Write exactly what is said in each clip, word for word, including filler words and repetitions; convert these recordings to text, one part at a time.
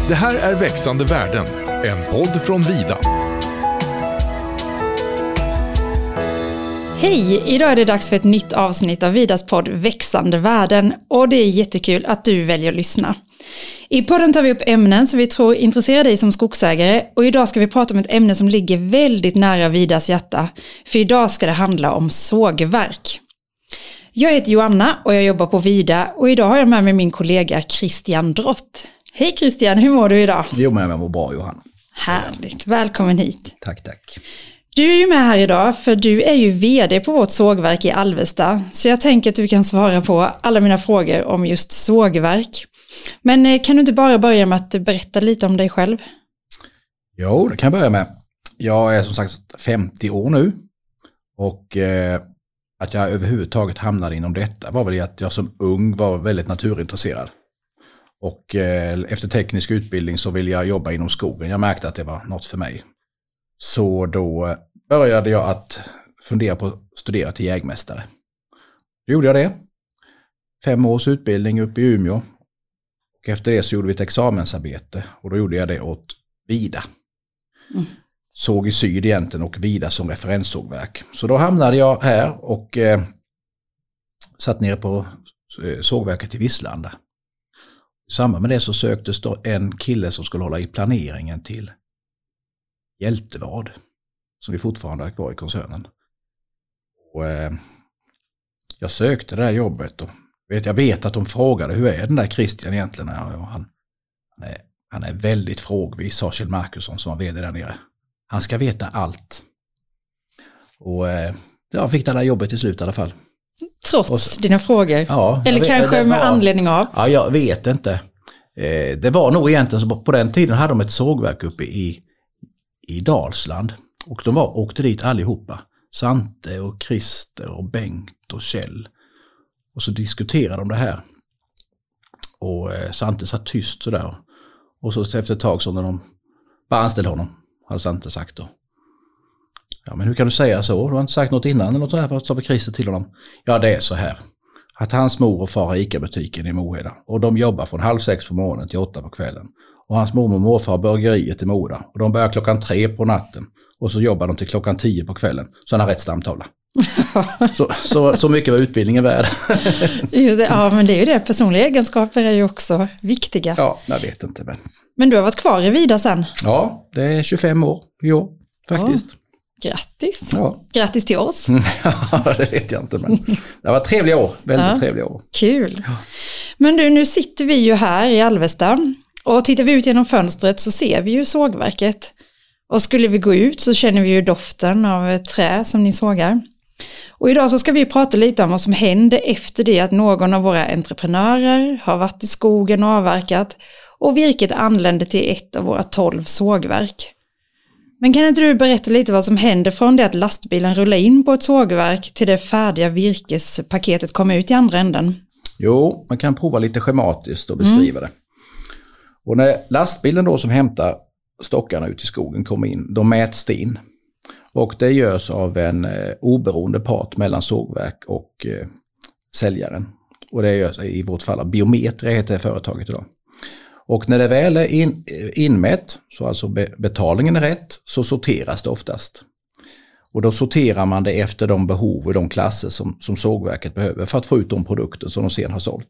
Det här är Växande värden, en podd från Vida. Hej! Idag är det dags för ett nytt avsnitt av Vidas podd Växande värden och det är jättekul att du väljer att lyssna. I podden tar vi upp ämnen som vi tror intresserar dig som skogsägare och idag ska vi prata om ett ämne som ligger väldigt nära Vidas hjärta, för idag ska det handla om sågverk. Jag heter Joanna och jag jobbar på Vida och idag har jag med mig min kollega Christian Drott. Hej Christian, hur mår du idag? Jo, men jag mår bra, Johanna. Härligt, välkommen hit. Tack, tack. Du är ju med här idag för du är ju vd på vårt sågverk i Alvesta. Så jag tänker att du kan svara på alla mina frågor om just sågverk. Men kan du inte bara börja med att berätta lite om dig själv? Jo, det kan jag börja med. Jag är som sagt femtio år nu. Och eh, att jag överhuvudtaget hamnade inom detta var väl att jag som ung var väldigt naturintresserad. Och eh, efter teknisk utbildning så ville jag jobba inom skogen. Jag märkte att det var något för mig. Så då började jag att fundera på att studera till jägmästare. Då gjorde jag det. Fem års utbildning uppe i Umeå. Och efter det så gjorde vi ett examensarbete. Och då gjorde jag det åt Vida. Mm. Såg i syd egentligen och Vida som referenssågverk. Så då hamnade jag här och eh, satt ner på sågverket i Visslanda. I samband med det så söktes då en kille som skulle hålla i planeringen till Hjältevad, som vi fortfarande har kvar i koncernen. Och, eh, jag sökte det där jobbet och vet, jag vet att de frågade hur är den där Christian egentligen? Ja, han, han, är, han är väldigt frågvis, sa Kjell Markusson som var vd där nere. Han ska veta allt. Och eh, jag fick det där jobbet i slut i alla fall. Trots så, dina frågor? Ja. Eller vet, kanske med var, anledning av? Ja, jag vet inte. Eh, det var nog egentligen så på den tiden hade de ett sågverk uppe i i Dalsland och de var, åkte dit allihopa. Sante och Christer och Bengt och Kjell. Och så diskuterade de det här. Och eh, Sante satt tyst sådär. Och så efter ett tag så när de bara anställde honom, hade Sante sagt då. Ja, men hur kan du säga så? Du har inte sagt något innan eller något så här, för att sa Christer till honom. Ja, det är så här. Att hans mor och far har ICA-butiken i Moheda. Och de jobbar från halv sex på morgonen till åtta på kvällen. Och hans mormor och morfar har burgeriet i Moda. Och de börjar klockan tre på natten. Och så jobbar de till klockan tio på kvällen. Så han har rätt stamtavla. så, så, så mycket var utbildningen värd. Ja, men det är ju det. Personliga egenskaper är ju också viktiga. Ja, jag vet inte. Men, men du har varit kvar i Vida sen? Ja, det är tjugofem år i år faktiskt. Ja, grattis. Ja. Grattis till oss. Ja, det vet jag inte. Men det var trevliga år. Väldigt ja. trevliga år. Kul. Ja. Men du, nu sitter vi ju här i Alvesta. Och tittar vi ut genom fönstret så ser vi ju sågverket. Och skulle vi gå ut så känner vi ju doften av ett trä som ni sågar. Och idag så ska vi prata lite om vad som händer efter det att någon av våra entreprenörer har varit i skogen och avverkat. Och virket anländer till ett av våra tolv sågverk. Men kan inte du berätta lite vad som händer från det att lastbilen rullar in på ett sågverk till det färdiga virkespaketet kommer ut i andra änden? Jo, man kan prova lite schematiskt och beskriva mm. det. Och när lastbilen då som hämtar stockarna ut i skogen kommer in, då mäts det in. Och det görs av en eh, oberoende part mellan sågverk och eh, säljaren. Och det görs i vårt fall av Biometria heter företaget idag. Och när det väl är in, inmätt, så alltså be, betalningen är rätt, så sorteras det oftast. Och då sorterar man det efter de behov och de klasser som, som sågverket behöver för att få ut de produkter som de sen har sålt.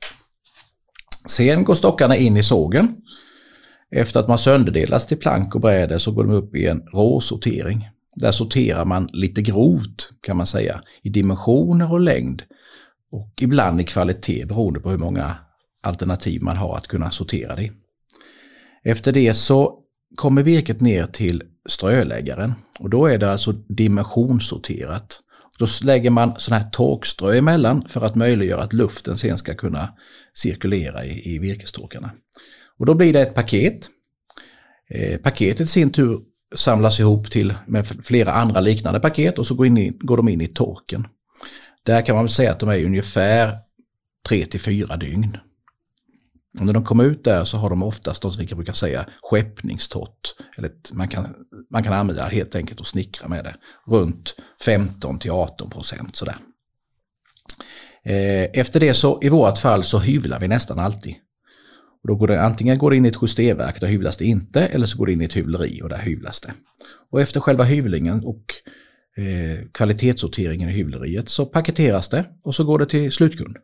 Sen går stockarna in i sågen. Efter att man sönderdelas till plank och brädor så går de upp i en råsortering. Där sorterar man lite grovt kan man säga i dimensioner och längd. Och ibland i kvalitet beroende på hur många alternativ man har att kunna sortera det. Efter det så kommer virket ner till ströläggaren. Och då är det alltså dimensionssorterat. Då lägger man sån här torkströ emellan för att möjliggöra att luften sen ska kunna cirkulera i, i virkestråkarna. Och då blir det ett paket. Eh, paketet i sin tur samlas ihop till med flera andra liknande paket och så går, in i, går de in i torken. Där kan man väl säga att de är ungefär tre till fyra dygn. Och när de kommer ut där så har de oftast, som vi brukar säga, skeppningstott. Eller ett, man, kan, man kan använda det helt enkelt och snickra med det. Runt femton till arton procent sådär. Eh, efter det så i vårt fall så hyvlar vi nästan alltid. Och då går det, antingen går det in i ett justerverk, där hyvlas det inte, eller så går det in i ett hyvleri och där hyvlas det. Och efter själva hyvlingen och eh, kvalitetssorteringen i hyvleriet så paketeras det och så går det till slutkund.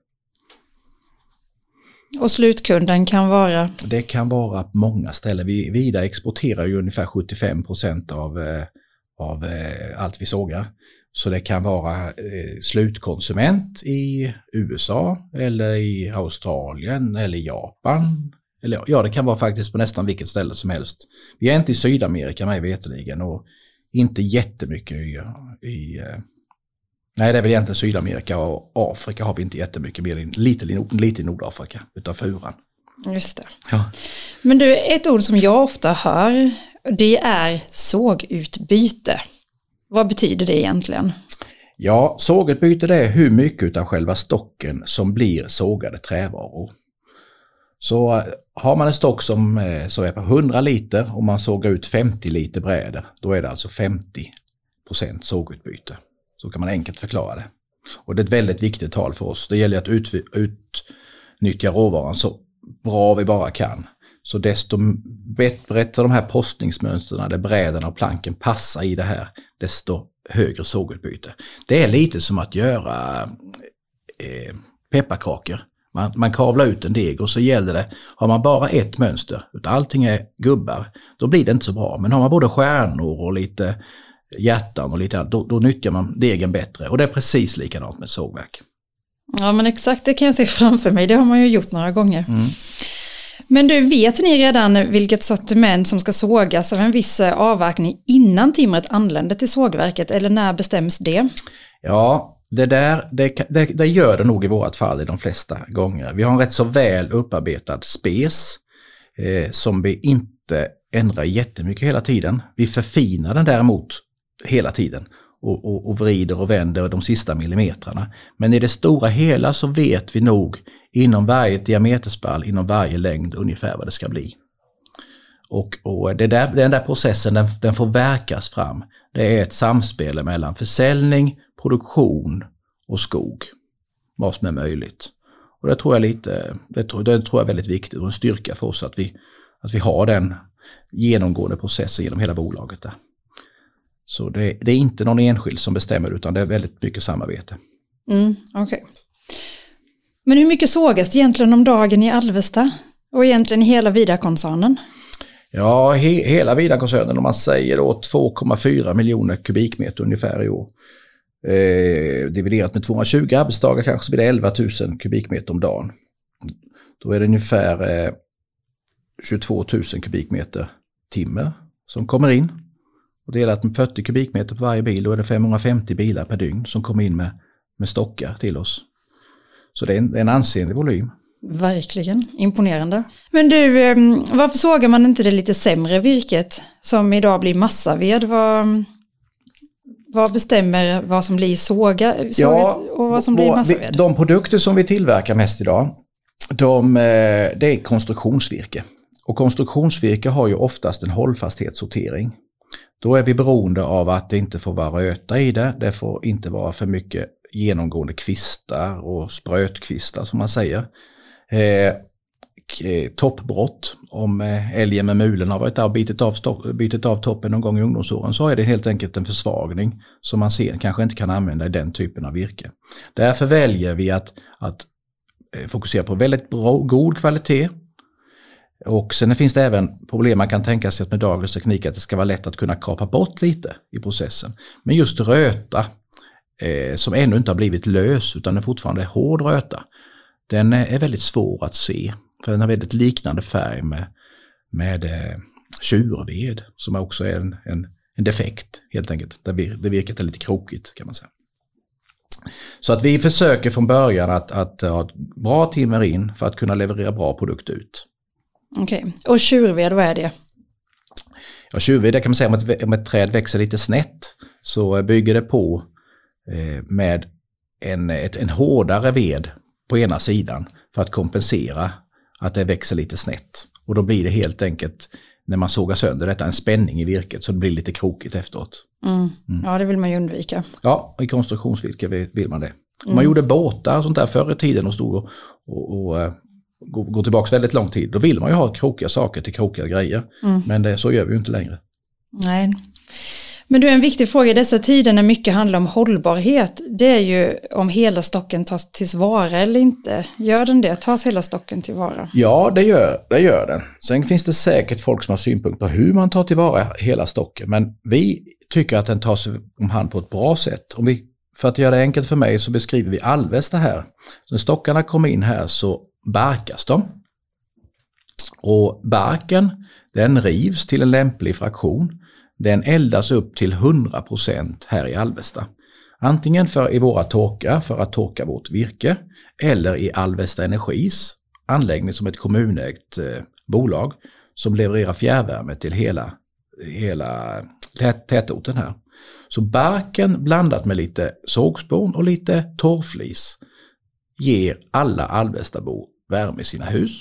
Och slutkunden kan vara? Det kan vara på många ställen. Vi Vida exporterar ju ungefär sjuttiofem procent av, eh, av eh, allt vi sågar. Så det kan vara eh, slutkonsument i U S A eller i Australien eller Japan. Eller, ja, det kan vara faktiskt på nästan vilket ställe som helst. Vi är inte i Sydamerika mig veterligen och inte jättemycket i... i eh, nej, det är väl egentligen Sydamerika och Afrika har vi inte jättemycket mer. Lite, lite i Nordafrika utanför Uran. Just det. Ja. Men du, ett ord som jag ofta hör, det är sågutbyte. Vad betyder det egentligen? Ja, sågutbyte det är hur mycket av själva stocken som blir sågade trävaror. Så har man en stock som, som är på hundra liter och man sågar ut femtio liter brädor, då är det alltså femtio procent sågutbyte. Så kan man enkelt förklara det. Och det är ett väldigt viktigt tal för oss. Det gäller att ut, utnyttja råvaran så bra vi bara kan. Så desto bättre de här postningsmönsterna där brädorna och planken passar i det här, desto högre sågutbyte. Det är lite som att göra eh, pepparkakor. Man, man kavlar ut en deg och så gäller det, har man bara ett mönster, utan allting är gubbar, då blir det inte så bra. Men har man både stjärnor och lite hjärtan och lite annat, då, då nyttjar man degen bättre. Och det är precis likadant med sågverk. Ja, men exakt, det kan jag se framför mig. Det har man ju gjort några gånger. Mm. Men du, vet ni redan vilket sortiment som ska sågas av en viss avverkning innan timret anländer till sågverket, eller när bestäms det? Ja, det där det, det, det gör det nog i vårt fall i de flesta gånger. Vi har en rätt så väl upparbetad spes eh, som vi inte ändrar jättemycket hela tiden. Vi förfinar den däremot hela tiden och, och, och vrider och vänder de sista millimetrarna. Men i det stora hela så vet vi nog inom varje diameterspall, inom varje längd ungefär vad det ska bli. Och, och det där, den där processen den, den får verkas fram. Det är ett samspel mellan försäljning, produktion och skog. Vad som är möjligt. Och det tror jag lite, det tror, det tror jag är väldigt viktigt och en styrka för oss att vi, att vi har den genomgående processen genom hela bolaget där. Så det, det är inte någon enskild som bestämmer utan det är väldigt mycket samarbete. Mm, okej. Okay. Men hur mycket sågas egentligen om dagen i Alvesta och egentligen hela Vida-koncernen? Ja, he, hela Vida-koncernen, om man säger då två komma fyra miljoner kubikmeter ungefär i år. Eh, dividerat med tvåhundratjugo arbetsdagar kanske så blir det elva tusen kubikmeter om dagen. Då är det ungefär eh, tjugotvå tusen kubikmeter timmer som kommer in. Och delat med fyrtio kubikmeter på varje bil, då är det femhundrafemtio bilar per dygn som kommer in med, med stockar till oss. Så det är en, en ansenlig volym. Verkligen, imponerande. Men du, varför sågar man inte det lite sämre virket som idag blir massaved? Vad, vad bestämmer vad som blir såga, såget ja, och vad som blir massaved? De produkter som vi tillverkar mest idag, de, det är konstruktionsvirke. Och konstruktionsvirke har ju oftast en hållfasthetssortering. Då är vi beroende av att det inte får vara röta i det. Det får inte vara för mycket genomgående kvistar och sprötkvistar som man säger. Eh, toppbrott, om eh, älgen med mulen har varit där och bitit av, stopp, bitit av toppen någon gång i ungdomsåren, så är det helt enkelt en försvagning som man ser, kanske inte kan använda i den typen av virke. Därför väljer vi att, att eh, fokusera på väldigt bra, god kvalitet. Och sen finns det även problem man kan tänka sig att med dagens teknik att det ska vara lätt att kunna kapa bort lite i processen. Men just röta eh, som ännu inte har blivit lös utan är fortfarande hård röta, den är väldigt svår att se. För den har väldigt liknande färg med, med eh, tjurved som också är en, en, en defekt helt enkelt. Där vir, det virket är lite krokigt kan man säga. Så att vi försöker från början att, att ha bra timmer in för att kunna leverera bra produkt ut. Okej, okay. Och tjurved, vad är det? Ja, tjurved, det kan man säga om ett, om ett träd växer lite snett så bygger det på eh, med en, ett, en hårdare ved på ena sidan för att kompensera att det växer lite snett. Och då blir det helt enkelt, när man sågar sönder detta, en spänning i virket så det blir lite krokigt efteråt. Mm. Mm. Ja, det vill man ju undvika. Ja, i konstruktionsvirke vill man det. Mm. Man gjorde båtar och sånt där förr i tiden och stod och, och, och går, går tillbaka väldigt lång tid, då vill man ju ha krokiga saker till krokiga grejer. Mm. Men det, så gör vi ju inte längre. Nej. Men du, en viktig fråga i dessa tider när mycket handlar om hållbarhet, det är ju om hela stocken tas tillvara eller inte. Gör den det? Tas hela stocken tillvara? Ja, det gör, det gör den. Sen finns det säkert folk som har synpunkt på hur man tar tillvara hela stocken. Men vi tycker att den tas om hand på ett bra sätt. Om vi, för att göra det enkelt för mig så beskriver vi Alvesta här. Så när stockarna kommer in här så barkas de. Och barken, den rivs till en lämplig fraktion. Den eldas upp till hundra procent här i Alvesta. Antingen för i våra torkar för att torka vårt virke eller i Alvesta Energis anläggning som ett kommunägt eh, bolag som levererar fjärrvärme till hela, hela tät, tätorten här. Så barken blandat med lite sågspån och lite torrflis ger alla Alvestabor värme i sina hus.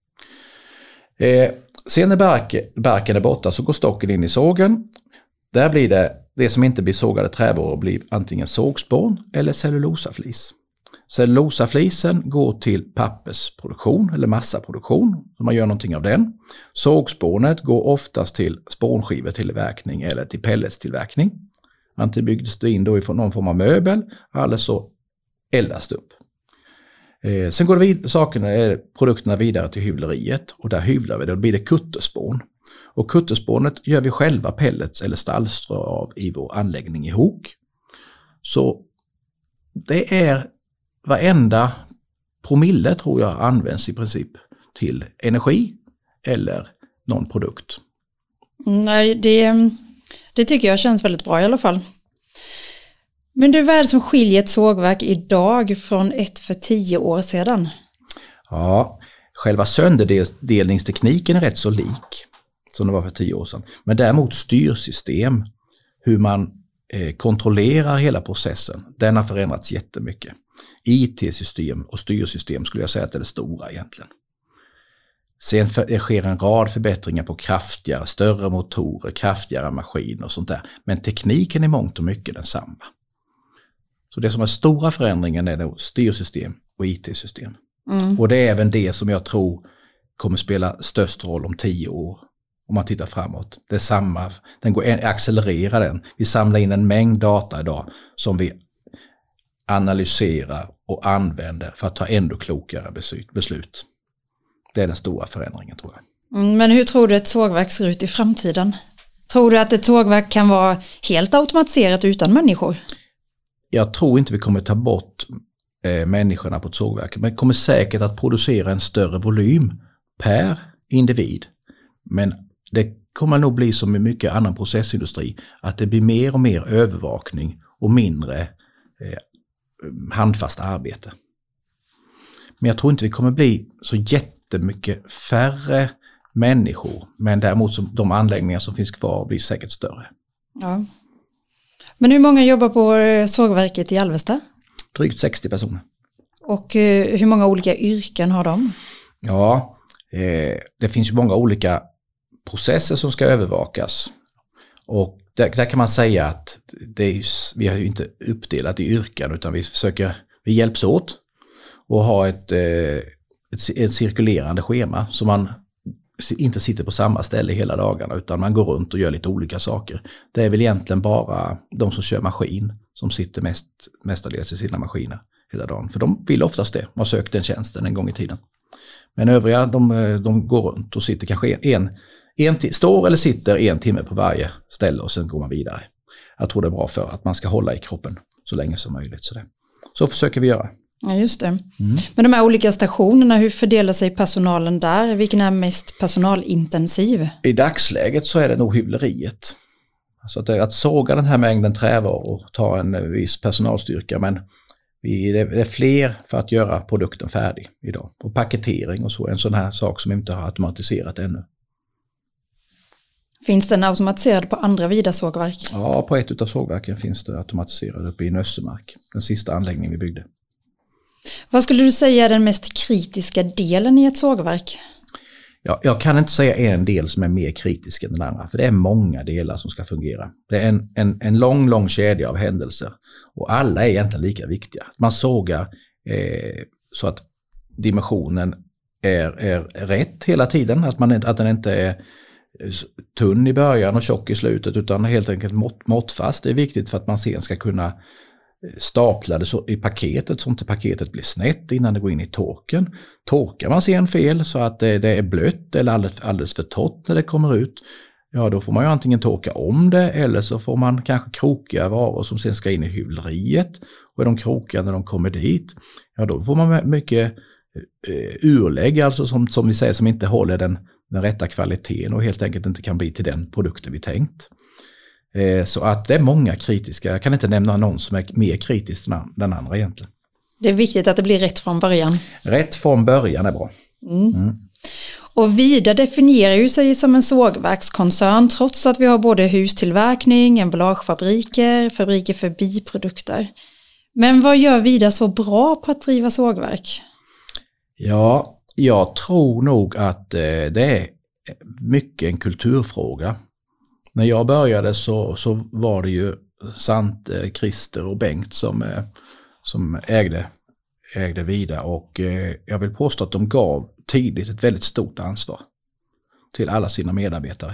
Eh, sen när bark, barken är borta så går stocken in i sågen. Där blir det, det som inte blir sågade trävaror blir antingen sågspån eller cellulosaflis. Cellulosaflisen går till pappersproduktion eller massaproduktion, så man gör någonting av den. Sågspånet går oftast till spånskivetillverkning eller till pelletstillverkning. Antingen byggs det in då i någon form av möbel eller så eldas det upp. Eh, sen går det vid, sakerna, eh, produkterna vidare till hyvleriet och där hyvlar vi det, då blir det kutterspån. Och kutterspånet gör vi själva pellets eller stallströ av i vår anläggning i Hok. Så det är varenda promille tror jag används i princip till energi eller någon produkt. Nej, det, det tycker jag känns väldigt bra i alla fall. Men du, vad är det som skiljer ett sågverk idag från ett för tio år sedan? Ja, själva sönderdelningstekniken är rätt så lik som det var för tio år sedan. Men däremot styrsystem, hur man eh, kontrollerar hela processen, den har förändrats jättemycket. I T-system och styrsystem skulle jag säga att det är det stora egentligen. Sen för, det sker en rad förbättringar på kraftigare, större motorer, kraftigare maskiner och sånt där. Men tekniken är mångt och mycket densamma. Så det som är stora förändringen är då styrsystem och I T-system. Mm. Och det är även det som jag tror kommer spela störst roll om tio år. Om man tittar framåt. Det är samma, den går, accelererar den. Vi samlar in en mängd data idag som vi analyserar och använder för att ta ännu klokare beslut. Det är den stora förändringen tror jag. Mm, men hur tror du ett sågverk ser ut i framtiden? Tror du att ett sågverk kan vara helt automatiserat utan människor? Jag tror inte vi kommer ta bort eh, människorna på ett sågverk. Men kommer säkert att producera en större volym per individ. Men det kommer nog bli som i mycket annan processindustri. Att det blir mer och mer övervakning och mindre eh, handfast arbete. Men jag tror inte vi kommer bli så jättemycket färre människor. Men däremot som de anläggningar som finns kvar blir säkert större. Ja. Men hur många jobbar på sågverket i Alvesta? Drygt sextio personer. Och hur många olika yrken har de? Ja, eh, det finns ju många olika processer som ska övervakas. Och där, där kan man säga att det är, vi har ju inte uppdelat i yrken utan vi försöker, vi hjälps åt och ha ett, eh, ett, ett cirkulerande schema så man inte sitter på samma ställe hela dagarna utan man går runt och gör lite olika saker. Det är väl egentligen bara de som kör maskin som sitter mest, mestadels i sina maskiner hela dagen. För de vill oftast det. Man sökt den tjänsten en gång i tiden. Men övriga de, de går runt och sitter kanske en, en, en står eller sitter en timme på varje ställe och sen går man vidare. Jag tror det är bra för att man ska hålla i kroppen så länge som möjligt. Så, det. så försöker vi göra. Ja, just det. Mm. Men de här olika stationerna, hur fördelar sig personalen där? Vilken är mest personalintensiv? I dagsläget så är det nog hyvleriet. Alltså att, att såga den här mängden trävaror tar en viss personalstyrka, men vi, det är fler för att göra produkten färdig idag. Och paketering och så, en sån här sak som inte har automatiserat ännu. Finns den automatiserad på andra Vida-sågverk? Ja, på ett av sågverken finns det automatiserad uppe i Nössemark. Den sista anläggningen vi byggde. Vad skulle du säga är den mest kritiska delen i ett sågverk? Ja, jag kan inte säga en del som är mer kritisk än den andra. För det är många delar som ska fungera. Det är en, en, en lång, lång kedja av händelser. Och alla är egentligen lika viktiga. Man sågar eh, så att dimensionen är, är rätt hela tiden. Att, man, att den inte är tunn i början och tjock i slutet utan helt enkelt mått, måttfast. Det är viktigt för att man sen ska kunna stapla det så, i paketet så inte paketet blir snett innan det går in i torken. Torkar man sen fel så att det, det är blött eller alldeles, alldeles för torrt när det kommer ut, ja då får man ju antingen torka om det eller så får man kanske krokiga varor som sen ska in i hyvleriet. Och är de krokiga när de kommer dit, ja då får man mycket eh, urlägg alltså som, som vi säger som inte håller den, den rätta kvaliteten och helt enkelt inte kan bli till den produkten vi tänkt. Eh, så att det är många kritiska, jag kan inte nämna någon som är mer kritisk än den andra egentligen. Det är viktigt att det blir rätt från början. Rätt från början är bra. Mm. Mm. Och Vida definierar ju sig som en sågverkskoncern trots att vi har både hustillverkning, emballagefabriker, fabriker för biprodukter. Men vad gör Vida så bra på att driva sågverk? Ja, jag tror nog att eh, det är mycket en kulturfråga. När jag började så, så var det ju Sant, eh, Christer och Bengt som, eh, som ägde, ägde Vida och eh, jag vill påstå att de gav tidigt ett väldigt stort ansvar till alla sina medarbetare.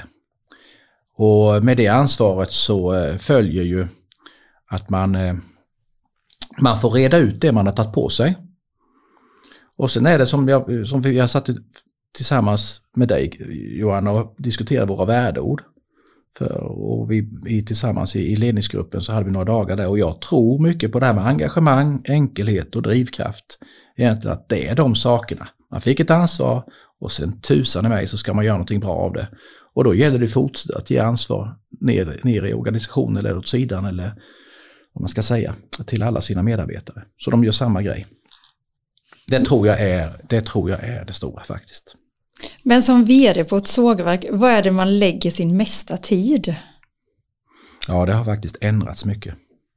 Och med det ansvaret så eh, följer ju att man, eh, man får reda ut det man har tagit på sig. Och sen är det som jag, som vi har satt tillsammans med dig Johan och diskuterat våra värdeord. För, och vi, vi tillsammans i, i ledningsgruppen så hade vi några dagar där och jag tror mycket på det här med engagemang, enkelhet och drivkraft. Egentligen att det är de sakerna. Man fick ett ansvar och sen tusan i mig så ska man göra någonting bra av det. Och då gäller det fortsatt att ge ansvar ner, ner i organisationen eller åt sidan eller vad man ska säga till alla sina medarbetare. Så de gör samma grej. Det tror jag är det, tror jag är det stora faktiskt. Men som vd på ett sågverk, vad är det man lägger sin mesta tid? Ja, det har faktiskt ändrats mycket.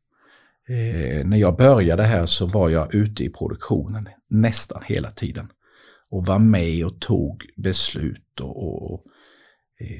Eh, när jag började här så var jag ute i produktionen nästan hela tiden. Och var med och tog beslut och, och eh,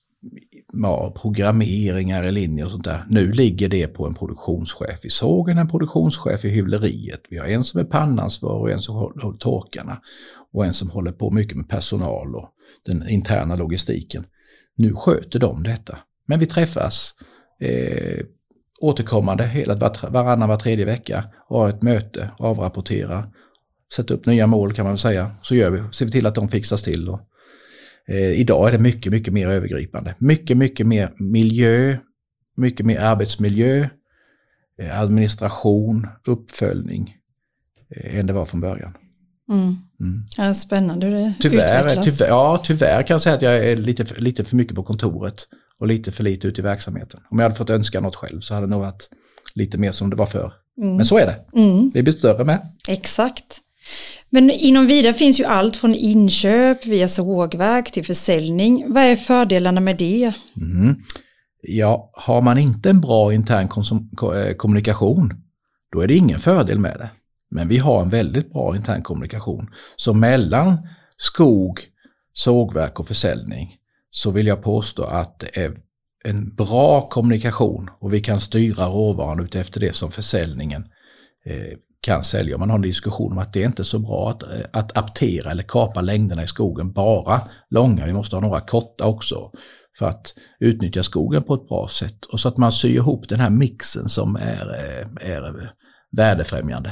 ja, programmeringar i linjer och sånt där. Nu ligger det på en produktionschef i sågen, en produktionschef i hyvleriet. Vi har en som är pannansvar och en som håller torkarna. Och en som håller på mycket med personal och den interna logistiken. Nu sköter de detta. Men vi träffas eh, återkommande hela, var, varannan var tredje vecka och har ett möte, avrapporterar, sätter upp nya mål kan man väl säga. Så gör vi, ser vi till att de fixas till. Och, eh, idag är det mycket, mycket mer övergripande. Mycket, mycket mer miljö, mycket mer arbetsmiljö, eh, administration, uppföljning eh, än det var från början. Mm. Mm. Ja, spännande hur det tyvärr, utvecklas. Tyvärr, ja, tyvärr kan jag säga att jag är lite, lite för mycket på kontoret och lite för lite ute i verksamheten. Om jag hade fått önska något själv så hade det nog varit lite mer som det var förr. Mm. Men så är det. Mm. Vi blir större med. Exakt. Men inom Vida finns ju allt från inköp via sågverk till försäljning. Vad är fördelarna med det? Mm. Ja, har man inte en bra intern konsum- kommunikation då är det ingen fördel med det. Men vi har en väldigt bra intern kommunikation. Så mellan skog, sågverk och försäljning så vill jag påstå att det är en bra kommunikation och vi kan styra råvaran ut efter det som försäljningen eh, kan sälja. Man har en diskussion om att det är inte så bra att, att aptera eller kapa längderna i skogen bara långa. Vi måste ha några korta också för att utnyttja skogen på ett bra sätt. Och så att man syr ihop den här mixen som är, är värdefrämjande.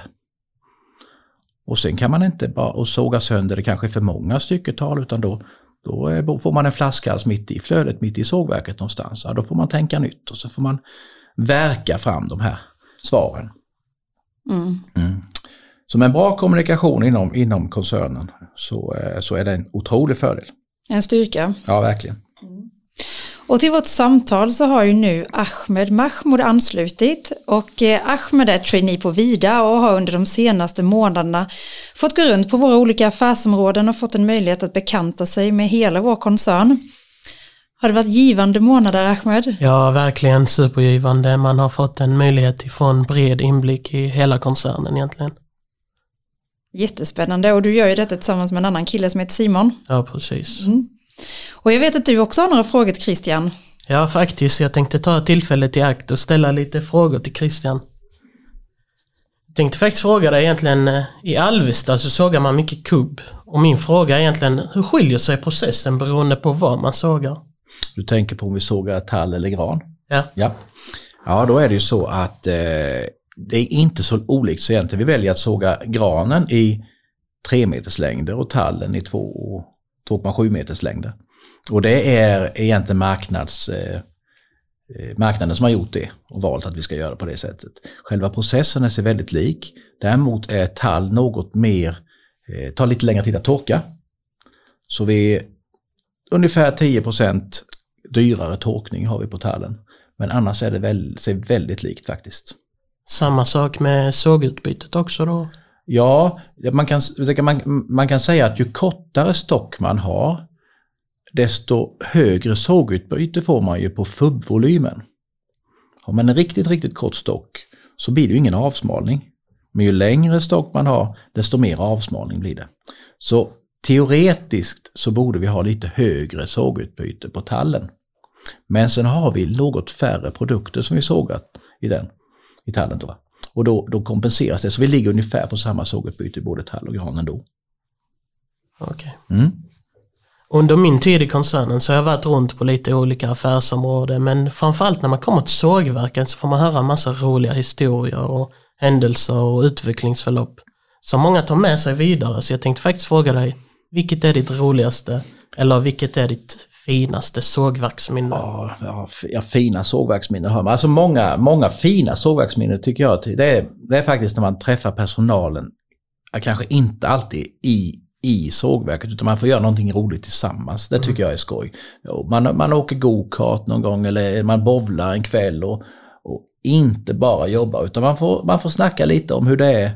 Och sen kan man inte bara och såga sönder det kanske för många stycketal utan då, då får man en flaskhals mitt i flödet, mitt i sågverket någonstans. Ja, då får man tänka nytt och så får man verka fram de här svaren. Mm. Mm. Så med en bra kommunikation inom, inom koncernen så, så är det en otrolig fördel. En styrka. Ja, verkligen. Mm. Och till vårt samtal så har ju nu Ahmed Mahmoud anslutit och Ahmed är trainee på Vida och har under de senaste månaderna fått gå runt på våra olika affärsområden och fått en möjlighet att bekanta sig med hela vår koncern. Har det varit givande månader, Ahmed? Ja, verkligen supergivande. Man har fått en möjlighet till få en bred inblick i hela koncernen egentligen. Jättespännande och du gör ju detta tillsammans med en annan kille som heter Simon. Ja, precis. Mm. Och jag vet att du också har några frågor till Christian. Ja, faktiskt. Jag tänkte ta tillfället i akt och ställa lite frågor till Christian. tänkte faktiskt fråga dig egentligen, i Alvesta så sågar man mycket kubb. Och min fråga är egentligen, hur skiljer sig processen beroende på vad man sågar? Du tänker på om vi sågar tall eller gran? Ja. Ja, ja då är det ju så att eh, det är inte så olikt så egentligen. Vi väljer att såga granen i tre meters längder och tallen i två komma sju meters längder. Och det är egentligen marknads... Eh, marknaden som har gjort det och valt att vi ska göra på det sättet. Själva processen är sig väldigt lik. Däremot är tall något mer, eh, tar lite längre tid att torka. Så vi ungefär tio procent dyrare torkning har vi på tallen. Men annars är det väl, sig väldigt likt faktiskt. Samma sak med sågutbytet också då? Ja, man kan, man, man kan säga att ju kortare stock man har, desto högre sågutbyte får man ju på fubbvolymen. Har man en riktigt, riktigt kort stock så blir det ju ingen avsmalning. Men ju längre stock man har, desto mer avsmalning blir det. Så teoretiskt så borde vi ha lite högre sågutbyte på tallen. Men sen har vi något färre produkter som vi sågat i den, i tallen då. Och då, då kompenseras det. Så vi ligger ungefär på samma sågutbyte i både tall och gran ändå. Okej. Okay. Mm. Under min tid i koncernen så har jag varit runt på lite olika affärsområden, men framförallt när man kommer till sågverken så får man höra en massa roliga historier och händelser och utvecklingsförlopp som många tar med sig vidare. Så jag tänkte faktiskt fråga dig, vilket är ditt roligaste eller vilket är ditt finaste sågverksminne? Ja, ja, ja fina sågverksminnen har man. Alltså många, många fina sågverksminnen tycker jag. Det är, det är faktiskt när man träffar personalen, kanske inte alltid i i sågverket, utan man får göra någonting roligt tillsammans. Det tycker jag är skoj. Man, man åker go-kart någon gång eller man bowlar en kväll och, och inte bara jobba, utan man får, man får snacka lite om hur det är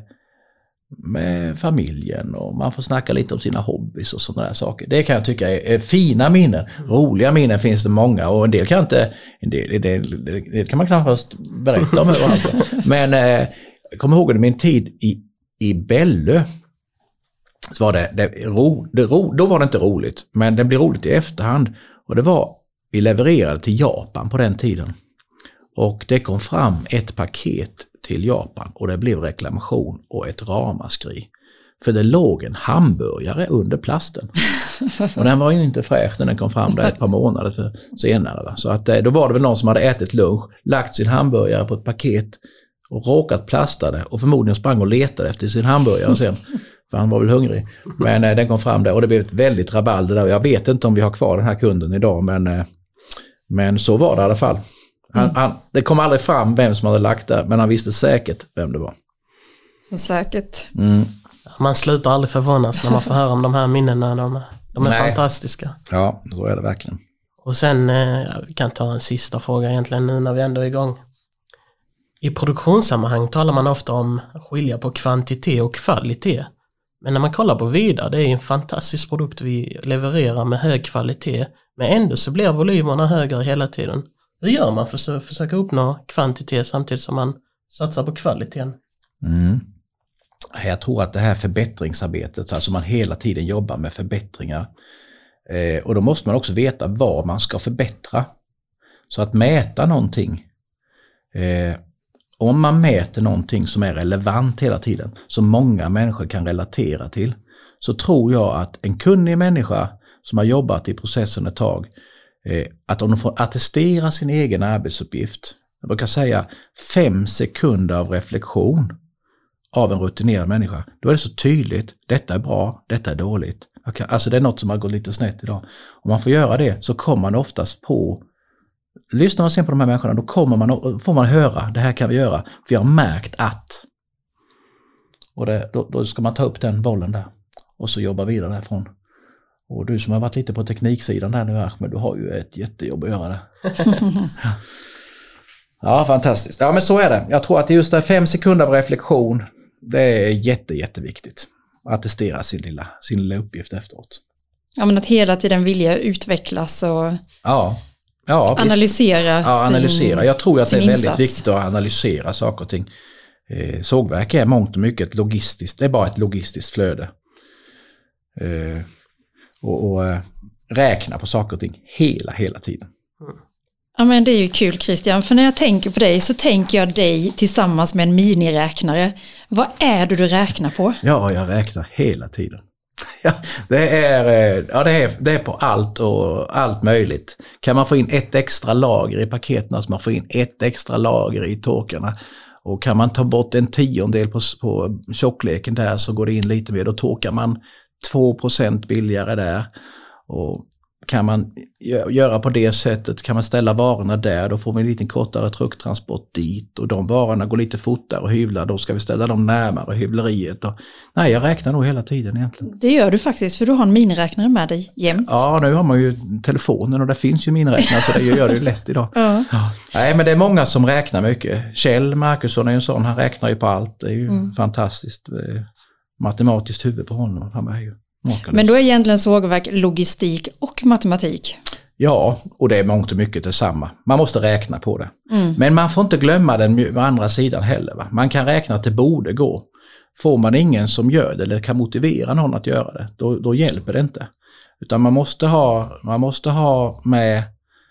med familjen och man får snacka lite om sina hobbys och sådana där saker. Det kan jag tycka är, är fina minnen. Roliga minnen finns det många och en del kan inte, en del, en del, det kan man knappast berätta om överallt. Men eh, jag kommer ihåg min tid i, i Bällö. Så var det, det, ro, det ro, då var det inte roligt, men det blir roligt i efterhand. Och det var, vi levererade till Japan på den tiden. Och det kom fram ett paket till Japan och det blev reklamation och ett ramaskri. För det låg en hamburgare under plasten. Och den var ju inte fräsch när den kom fram där ett par månader för senare. Va? Så att, då var det väl någon som hade ätit lunch, lagt sin hamburgare på ett paket och råkat plasta det. Och förmodligen sprang och letade efter sin hamburgare sen. För han var väl hungrig. Men eh, den kom fram där och det blev ett väldigt rabalder där. Jag vet inte om vi har kvar den här kunden idag, men, eh, men så var det i alla fall. Han, mm. han, det kom aldrig fram vem som hade lagt där, men han visste säkert vem det var. Så säkert. Mm. Man slutar aldrig förvånas när man får höra om de här minnena. De, de är Nej. fantastiska. Ja, så är det verkligen. Och sen, eh, vi kan ta en sista fråga egentligen nu när vi ändå är igång. I produktionssammanhang talar man ofta om att skilja på kvantitet och kvalitet. Men när man kollar på Vida, det är en fantastisk produkt vi levererar med hög kvalitet. Men ändå så blir volymerna högre hela tiden. Hur gör man för att försöka uppnå kvantitet samtidigt som man satsar på kvaliteten? Mm. Jag tror att det här förbättringsarbetet, alltså man hela tiden jobbar med förbättringar. Eh, och då måste man också veta vad man ska förbättra. Så att mäta någonting. Eh, Om man mäter någonting som är relevant hela tiden, som många människor kan relatera till, så tror jag att en kunnig människa som har jobbat i processen ett tag, eh, att om de får attestera sin egen arbetsuppgift, jag brukar säga fem sekunder av reflektion av en rutinerad människa, då är det så tydligt, detta är bra, detta är dåligt. Kan, alltså det är något som har gått lite snett idag. Om man får göra det så kommer man oftast på, lyssnar man sen på de här människorna, då kommer man, får man höra, det här kan vi göra, för jag har märkt att. Och det, då, då ska man ta upp den bollen där och så jobba vidare därifrån. Och du som har varit lite på tekniksidan där nu, men du har ju ett jättejobb att göra det. Ja, fantastiskt. Ja, men så är det. Jag tror att just det fem sekunder av reflektion, det är jätte, jätteviktigt. Att testera sin lilla, sin lilla uppgift efteråt. Ja, men att hela tiden vilja utvecklas och ja. Ja, analysera. Ja, analysera. Sin, jag tror att det är väldigt insats. Viktigt att analysera saker och ting. Eh, sågverk är mångt och mycket ett logistiskt, det är bara ett logistiskt flöde. Eh, och och eh, räkna på saker och ting hela, hela tiden. Ja, men det är ju kul Christian, för när jag tänker på dig så tänker jag dig tillsammans med en miniräknare. Vad är det du räknar på? Ja, jag räknar hela tiden. Ja, det är, ja, det är, det är på allt och allt möjligt. Kan man få in ett extra lager i paketen så man får in ett extra lager i torkarna. Och kan man ta bort en tiondel på, på tjockleken där så går det in lite mer. Då torkar man två procent billigare där. Och kan man göra på det sättet, kan man ställa varorna där, då får vi en liten kortare trucktransport dit. Och de varorna går lite fortare och hyvlar, då ska vi ställa dem närmare hyvleriet. Och, nej, jag räknar nog hela tiden egentligen. Det gör du faktiskt, för du har en miniräknare med dig jämt. Ja, nu har man ju telefonen och det finns ju miniräknare så det gör det ju lätt idag. Ja. Ja. Nej, men det är många som räknar mycket. Kjell Markusson är ju en sån, han räknar ju på allt. Det är ju mm. fantastiskt. Matematiskt huvud på honom. Han är ju makalös. Men då är egentligen sågverk logistik och matematik. Ja, och det är mångt och mycket detsamma. Man måste räkna på det. Mm. Men man får inte glömma den andra sidan heller. Va? Man kan räkna att det borde gå. Får man ingen som gör det eller kan motivera någon att göra det, då, då hjälper det inte. Utan man måste ha, man måste ha med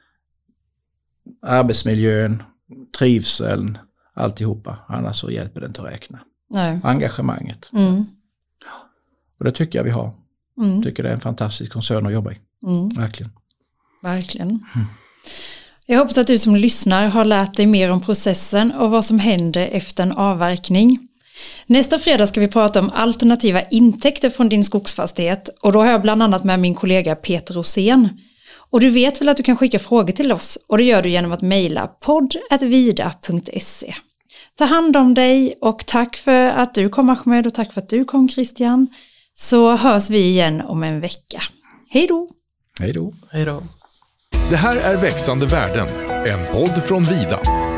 arbetsmiljön, trivseln, alltihopa. Annars så hjälper det inte att räkna. Nej. Engagemanget. Mm. Och det tycker jag vi har. Mm. Jag tycker det är en fantastisk koncern att jobba i. Mm. Verkligen. Verkligen. Mm. Jag hoppas att du som lyssnar har lärt dig mer om processen och vad som händer efter en avverkning. Nästa fredag ska vi prata om alternativa intäkter från din skogsfastighet, och då har jag bland annat med min kollega Peter Rosén. Och du vet väl att du kan skicka frågor till oss, och det gör du genom att mejla podd at vida punkt se. Ta hand om dig, och tack för att du kom Ahmed och tack för att du kom Christian. Så hörs vi igen om en vecka. Hej då! Hej då! Hej då! Det här är Växande värden, en podd från Vida.